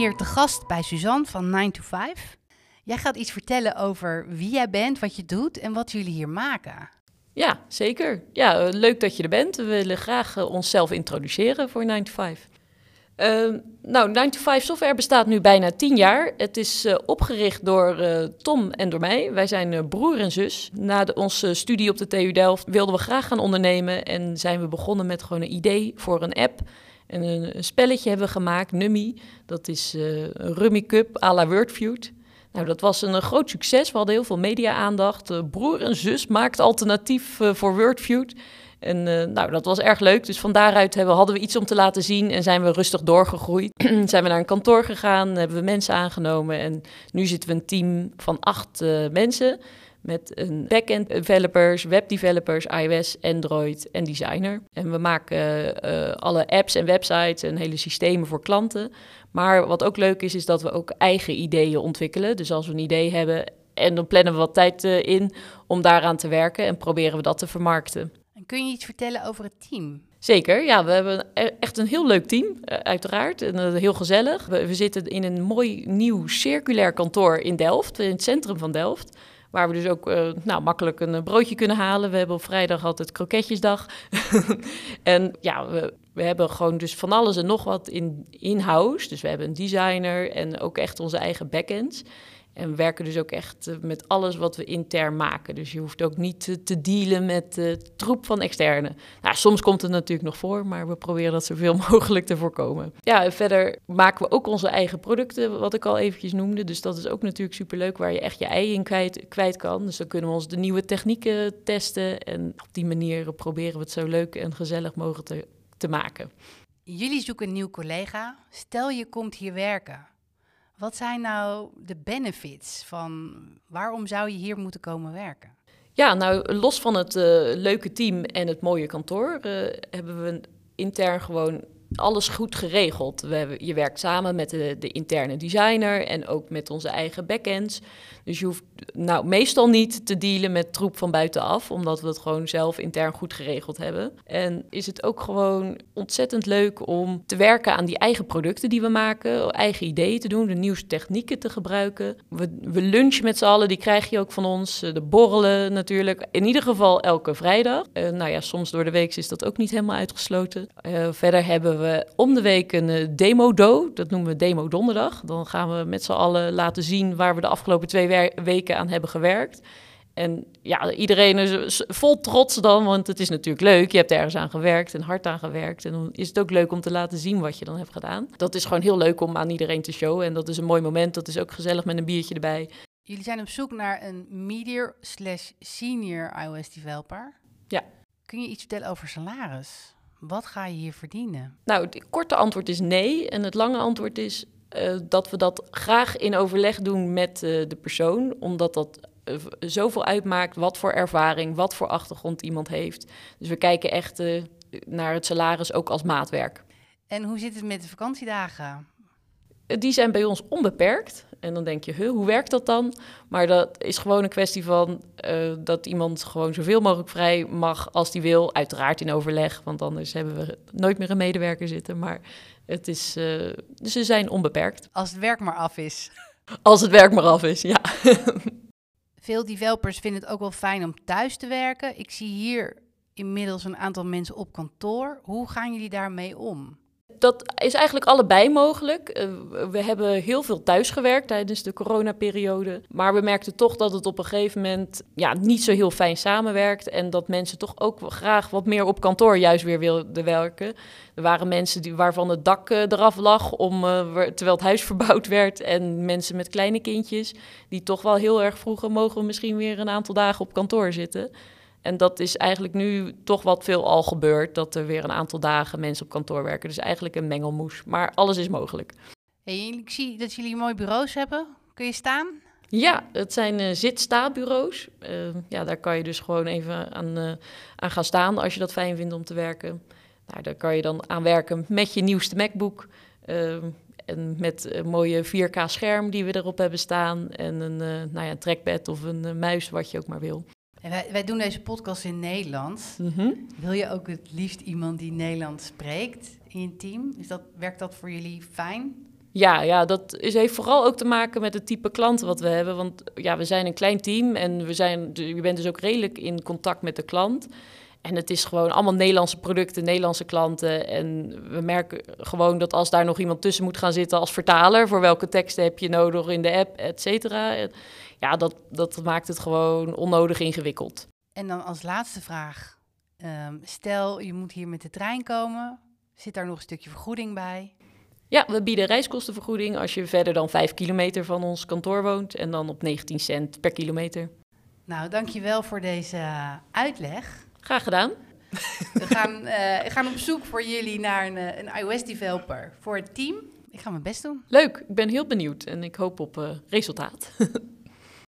hier te gast bij Suzanne van 9 to 5. Jij gaat iets vertellen over wie jij bent, wat je doet en wat jullie hier maken. Ja, zeker. Ja, leuk dat je er bent. We willen graag onszelf introduceren voor 9 to 5. 9 to 5 Software bestaat nu bijna 10 jaar. Het is opgericht door Tom en door mij. Wij zijn broer en zus. Na onze studie op de TU Delft wilden we graag gaan ondernemen en zijn we begonnen met gewoon een idee voor een app. En een spelletje hebben we gemaakt, Nummy. Dat is een Rummy Cup à la Wordfeud. Nou, dat was een groot succes. We hadden heel veel media-aandacht. Broer en zus maakt alternatief voor Wordfeud. En dat was erg leuk. Dus van daaruit hadden we iets om te laten zien en zijn we rustig doorgegroeid. Zijn we naar een kantoor gegaan, hebben we mensen aangenomen. En nu zitten we een team van 8 mensen met een back-end developers, webdevelopers, iOS, Android en designer. En we maken alle apps en websites en hele systemen voor klanten. Maar wat ook leuk is dat we ook eigen ideeën ontwikkelen. Dus als we een idee hebben en dan plannen we wat tijd in om daaraan te werken en proberen we dat te vermarkten. En kun je iets vertellen over het team? Zeker, ja. We hebben echt een heel leuk team, uiteraard. En heel gezellig. We zitten in een mooi nieuw circulair kantoor in Delft, in het centrum van Delft. Waar we dus ook makkelijk een broodje kunnen halen. We hebben op vrijdag altijd kroketjesdag. En ja, we hebben gewoon dus van alles en nog wat in-house. Dus we hebben een designer en ook echt onze eigen backends. En we werken dus ook echt met alles wat we intern maken. Dus je hoeft ook niet te dealen met troep van externe. Nou, soms komt het natuurlijk nog voor, maar we proberen dat zoveel mogelijk te voorkomen. Ja, en verder maken we ook onze eigen producten, wat ik al eventjes noemde. Dus dat is ook natuurlijk superleuk, waar je echt je ei in kwijt kan. Dus dan kunnen we ons de nieuwe technieken testen. En op die manier proberen we het zo leuk en gezellig mogelijk te maken. Jullie zoeken een nieuw collega. Stel je komt hier werken. Wat zijn nou de benefits van waarom zou je hier moeten komen werken? Ja, nou, los van het leuke team en het mooie kantoor hebben we intern gewoon alles goed geregeld. Je werkt samen met de interne designer en ook met onze eigen backends. Dus je hoeft meestal niet te dealen met troep van buitenaf, omdat we het gewoon zelf intern goed geregeld hebben. En is het ook gewoon ontzettend leuk om te werken aan die eigen producten die we maken, eigen ideeën te doen, de nieuwste technieken te gebruiken. We lunchen met z'n allen, die krijg je ook van ons. De borrelen natuurlijk, in ieder geval elke vrijdag. Soms door de week is dat ook niet helemaal uitgesloten. Verder hebben we om de week een demo-do, dat noemen we Demo Donderdag. Dan gaan we met z'n allen laten zien waar we de afgelopen 2 weken aan hebben gewerkt. En ja, iedereen is vol trots dan, want het is natuurlijk leuk. Je hebt ergens aan gewerkt en hard aan gewerkt. En dan is het ook leuk om te laten zien wat je dan hebt gedaan. Dat is gewoon heel leuk om aan iedereen te showen. En dat is een mooi moment. Dat is ook gezellig met een biertje erbij. Jullie zijn op zoek naar een medior/senior iOS developer. Ja. Kun je iets vertellen over salaris? Wat ga je hier verdienen? Nou, het korte antwoord is nee. En het lange antwoord is dat we dat graag in overleg doen met de persoon. Omdat dat zoveel uitmaakt wat voor ervaring, wat voor achtergrond iemand heeft. Dus we kijken echt naar het salaris ook als maatwerk. En hoe zit het met de vakantiedagen? Die zijn bij ons onbeperkt. En dan denk je, hoe werkt dat dan? Maar dat is gewoon een kwestie van dat iemand gewoon zoveel mogelijk vrij mag als die wil. Uiteraard in overleg, want anders hebben we nooit meer een medewerker zitten. Maar het is, dus ze zijn onbeperkt. Als het werk maar af is. Als het werk maar af is, ja. Veel developers vinden het ook wel fijn om thuis te werken. Ik zie hier inmiddels een aantal mensen op kantoor. Hoe gaan jullie daarmee om? Dat is eigenlijk allebei mogelijk. We hebben heel veel thuis gewerkt tijdens de coronaperiode. Maar we merkten toch dat het op een gegeven moment niet zo heel fijn samenwerkt. En dat mensen toch ook graag wat meer op kantoor juist weer wilden werken. Er waren mensen waarvan het dak eraf lag terwijl het huis verbouwd werd. En mensen met kleine kindjes die toch wel heel erg vroegen, mogen we misschien weer een aantal dagen op kantoor zitten. En dat is eigenlijk nu toch wat veel al gebeurd, dat er weer een aantal dagen mensen op kantoor werken. Dus eigenlijk een mengelmoes, maar alles is mogelijk. Hey, ik zie dat jullie mooie bureaus hebben. Kun je staan? Ja, het zijn zit-sta-bureaus. Daar kan je dus gewoon even aan gaan staan als je dat fijn vindt om te werken. Nou, daar kan je dan aan werken met je nieuwste MacBook. En met een mooie 4K-scherm die we erop hebben staan. En een trackpad of een muis, wat je ook maar wil. En wij doen deze podcast in Nederlands. Mm-hmm. Wil je ook het liefst iemand die Nederlands spreekt in je team? Werkt dat voor jullie fijn? Ja, heeft vooral ook te maken met het type klanten wat we hebben. Want ja, we zijn een klein team en je bent dus ook redelijk in contact met de klant. En het is gewoon allemaal Nederlandse producten, Nederlandse klanten. En we merken gewoon dat als daar nog iemand tussen moet gaan zitten als vertaler, voor welke teksten heb je nodig in de app, et cetera. Ja, dat maakt het gewoon onnodig ingewikkeld. En dan als laatste vraag. Stel, je moet hier met de trein komen. Zit daar nog een stukje vergoeding bij? Ja, we bieden reiskostenvergoeding als je verder dan 5 kilometer van ons kantoor woont. En dan op 19 cent per kilometer. Nou, dankjewel voor deze uitleg. Graag gedaan. We gaan op zoek voor jullie naar een iOS-developer voor het team. Ik ga mijn best doen. Leuk, ik ben heel benieuwd en ik hoop op resultaat.